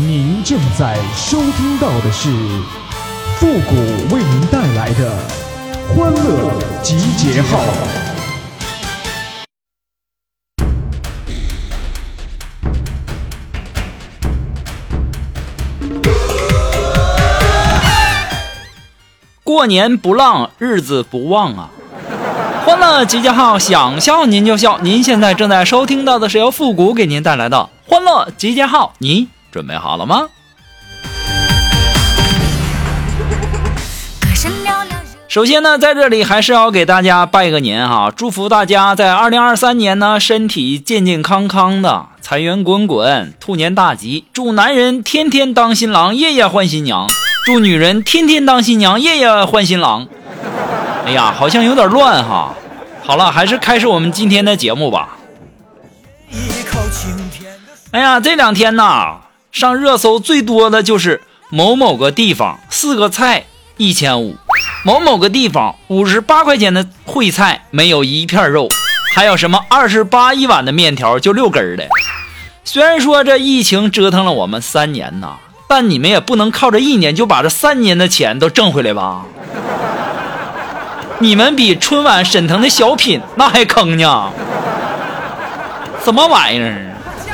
您正在收听到的是复古为您带来的欢乐集结号。 过年不浪，日子不忘啊！欢乐集结号，想笑您就笑。您现在正在收听到的是由复古给您带来的欢乐集结号，你准备好了吗？首先呢，在这里还是要给大家拜个年哈，祝福大家在2023年呢身体健健康康的，财源滚滚，兔年大吉。祝男人天天当新郎，夜夜换新娘；祝女人天天当新娘，夜夜换新郎。哎呀，好像有点乱哈。好了，还是开始我们今天的节目吧。哎呀，这两天呐，上热搜最多的就是某某个地方4个菜1500，某某个地方58块钱的烩菜没有一片肉，还有什么28一碗的面条就6根的。虽然说这疫情折腾了我们3年呐，但你们也不能靠着1年就把这3年的钱都挣回来吧。你们比春晚沈腾的小品那还坑呢，什么玩意儿？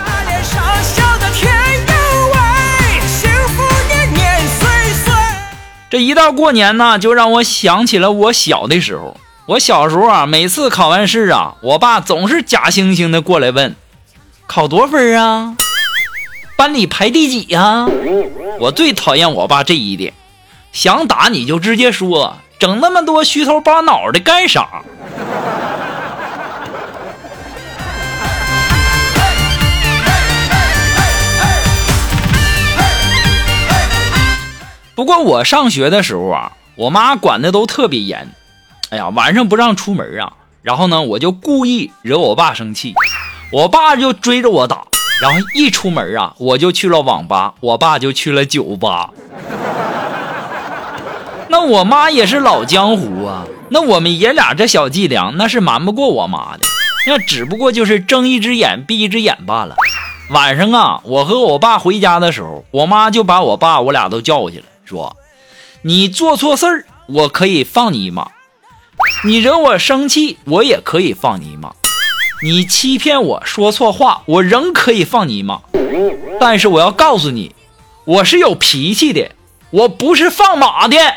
这一到过年呢，就让我想起了我小的时候。我小时候啊，每次考完试啊，我爸总是假惺惺的过来问：考多分啊？班里排第几啊？我最讨厌我爸这一点，想打你就直接说，整那么多虚头巴脑的干啥？不过我上学的时候啊，我妈管的都特别严。哎呀，晚上不让出门啊，然后呢，我就故意惹我爸生气，我爸就追着我打，然后一出门啊，我就去了网吧，我爸就去了酒吧。那我妈也是老江湖啊，那我们爷俩这小伎俩那是瞒不过我妈的，那只不过就是睁一只眼闭一只眼罢了。晚上啊，我和我爸回家的时候，我妈就把我爸我俩都叫过去了，说你做错事儿我可以放你一马，你惹我生气我也可以放你一马，你欺骗我说错话我仍可以放你一马，但是我要告诉你，我是有脾气的，我不是放马的。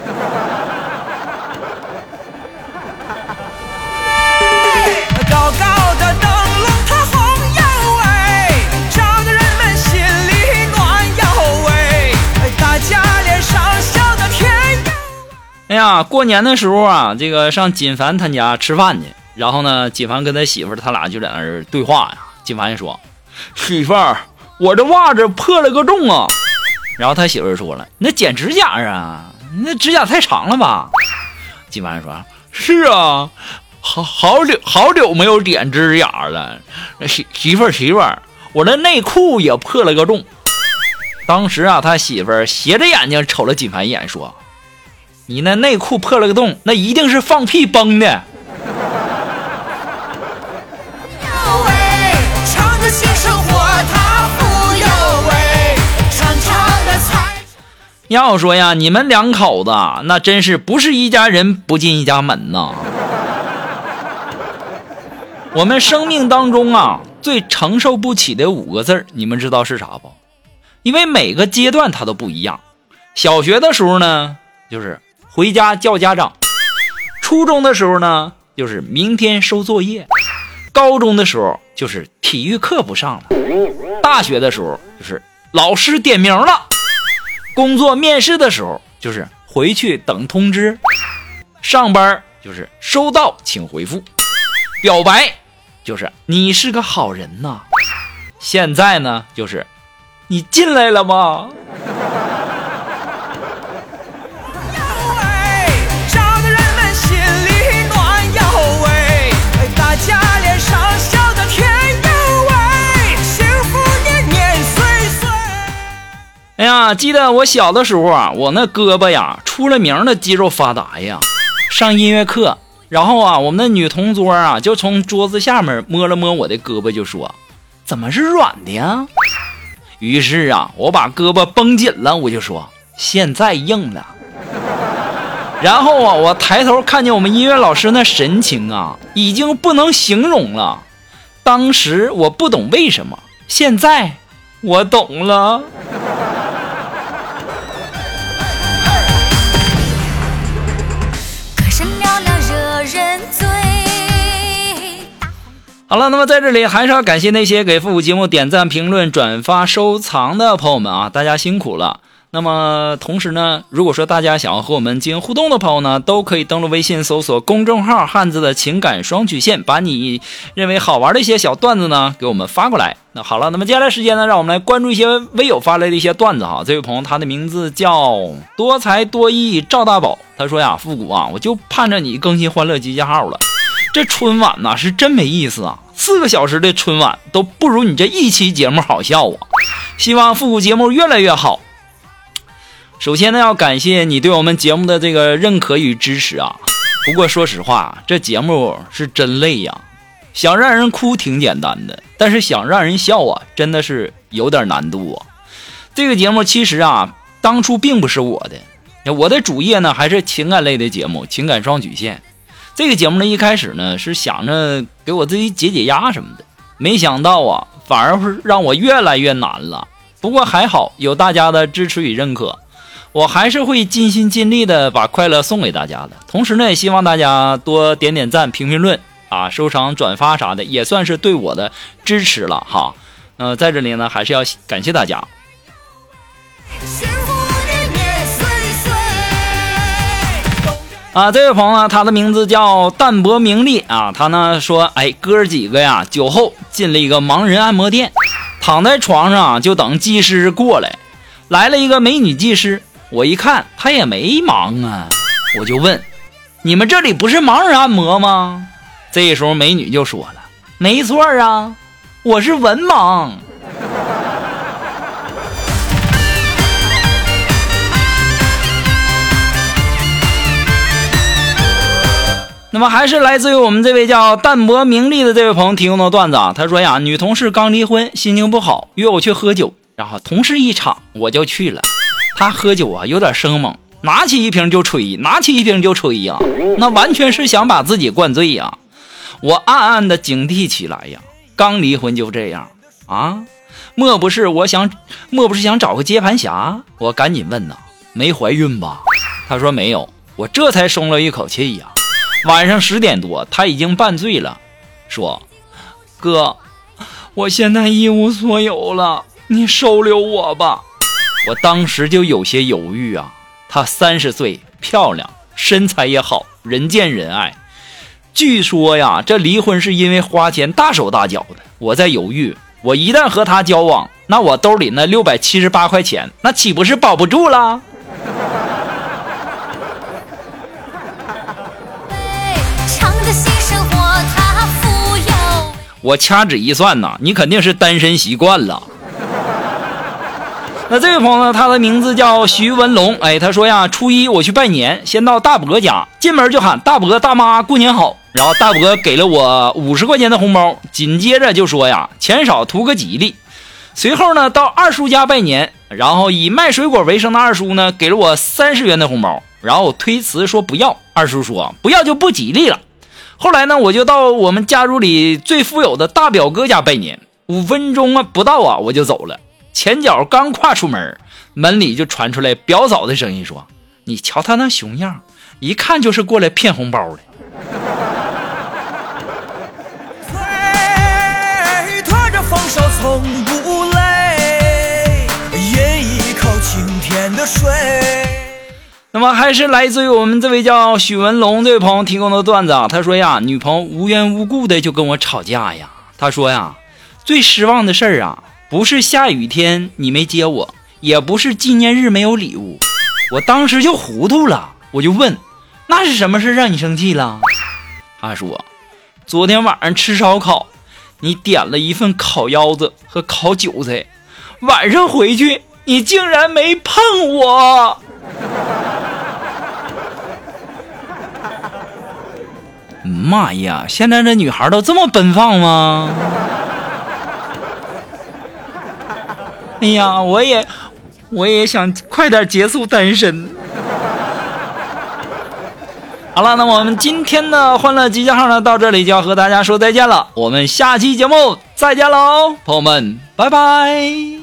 高高的灯笼它红又伟，照得人们心里暖又伟，大家脸上笑得甜又。哎呀，过年的时候啊，这个上锦凡他家吃饭去，然后呢，锦凡跟他媳妇他俩就在那儿对话呀。锦凡说：“媳妇儿，我这袜子破了个洞啊。”然后他媳妇说了：“那剪指甲啊，那指甲太长了吧？”锦凡说：“是啊。”好久没有剪指甲了，媳妇儿，我的内裤也破了个洞。当时啊，他媳妇儿斜着眼睛瞅了锦凡一眼，说：“你那内裤破了个洞，那一定是放屁崩的。”要说呀，你们两口子那真是不是一家人不进一家门呐。我们生命当中啊，最承受不起的5个字，你们知道是啥不？因为每个阶段它都不一样。小学的时候呢，就是回家叫家长；初中的时候呢，就是明天收作业；高中的时候就是体育课不上了；大学的时候就是老师点名了；工作面试的时候就是回去等通知；上班就是收到请回复；表白就是你是个好人呐，现在呢就是你进来了吗？哎呀，记得我小的时候啊，我那胳膊呀出了名的肌肉发达呀。上音乐课，然后啊，我们的女同桌啊就从桌子下面摸了摸我的胳膊，就说：“怎么是软的呀？” 于是啊，我把胳膊绷紧了，我就说现在硬了。然后啊，我抬头看见我们音乐老师那神情啊，已经不能形容了。当时我不懂为什么，现在我懂了。好了，那么在这里还是要感谢那些给复古节目点赞、评论、转发、收藏的朋友们啊，大家辛苦了。那么同时呢，如果说大家想要和我们进行互动的朋友呢，都可以登录微信搜索公众号汉字的情感双曲线，把你认为好玩的一些小段子呢给我们发过来。那好了，那么接下来时间呢，让我们来关注一些微友发来的一些段子哈。这位朋友他的名字叫多才多艺赵大宝，他说呀，复古啊，我就盼着你更新欢乐集结号了。这春晚呢是真没意思啊，4个小时的春晚都不如你这一期节目好笑啊！希望复古节目越来越好。首先呢，要感谢你对我们节目的这个认可与支持啊。不过说实话，这节目是真累呀。想让人哭挺简单的，但是想让人笑啊，真的是有点难度啊。这个节目其实啊，当初并不是我的，我的主业呢还是情感类的节目《情感双曲线》。这个节目呢，一开始呢是想着给我自己解解压什么的，没想到啊，反而是让我越来越难了。不过还好有大家的支持与认可，我还是会尽心尽力的把快乐送给大家的。同时呢，也希望大家多点点赞、评评论啊、收藏、转发啥的，也算是对我的支持了哈。在这里呢，还是要感谢大家。这位朋友呢，他的名字叫淡泊名利啊，他呢说，哥儿几个呀，酒后进了一个盲人按摩店，躺在床上就等技师过来，来了一个美女技师，我一看他也没盲啊，我就问，你们这里不是盲人按摩吗？这时候美女就说了，没错啊，我是文盲。那么还是来自于我们这位叫淡泊名利的这位朋友提供的段子啊，他说呀，女同事刚离婚，心情不好，约我去喝酒，然后同事一场我就去了。他喝酒啊有点生猛，拿起一瓶就吹，拿起一瓶就吹呀，那完全是想把自己灌醉呀。我暗暗的警惕起来呀，刚离婚就这样啊，莫不是想找个接盘侠？我赶紧问呐，没怀孕吧？他说没有，我这才松了一口气呀。晚上10点多，他已经半醉了，说：“哥，我现在一无所有了，你收留我吧。”我当时就有些犹豫啊。她30岁，漂亮，身材也好，人见人爱。据说呀，这离婚是因为花钱大手大脚的。我在犹豫，我一旦和他交往，那我兜里那678块钱，那岂不是保不住了？我掐指一算呐，你肯定是单身习惯了。那这位朋友呢，他的名字叫徐文龙，他说呀，初一我去拜年，先到大伯家，进门就喊大伯大妈过年好，然后大伯给了我50块钱的红包，紧接着就说呀，钱少图个吉利。随后呢，到二叔家拜年，然后以卖水果为生的二叔呢，给了我30元的红包，然后我推辞说不要，二叔说不要就不吉利了。后来呢，我就到我们家族里最富有的大表哥家拜年，5分钟不到啊，我就走了。前脚刚跨出门，门里就传出来表嫂的声音说：“你瞧他那熊样，一看就是过来骗红包的。” 拖着丰收从不累，饮一口清甜的水。 那么还是来自于我们这位叫许文龙这位朋友提供的段子啊，他说呀，女朋友无缘无故的就跟我吵架呀。他说呀，最失望的事儿啊，不是下雨天你没接我，也不是纪念日没有礼物。我当时就糊涂了，我就问，那是什么事让你生气了？他说，昨天晚上吃烧烤，你点了一份烤腰子和烤韭菜，晚上回去你竟然没碰我。妈呀，现在这女孩都这么奔放吗？ 哎呀，我也想快点结束单身。好了，那我们今天的欢乐集结号呢，到这里就要和大家说再见了。我们下期节目再见喽，朋友们，拜拜。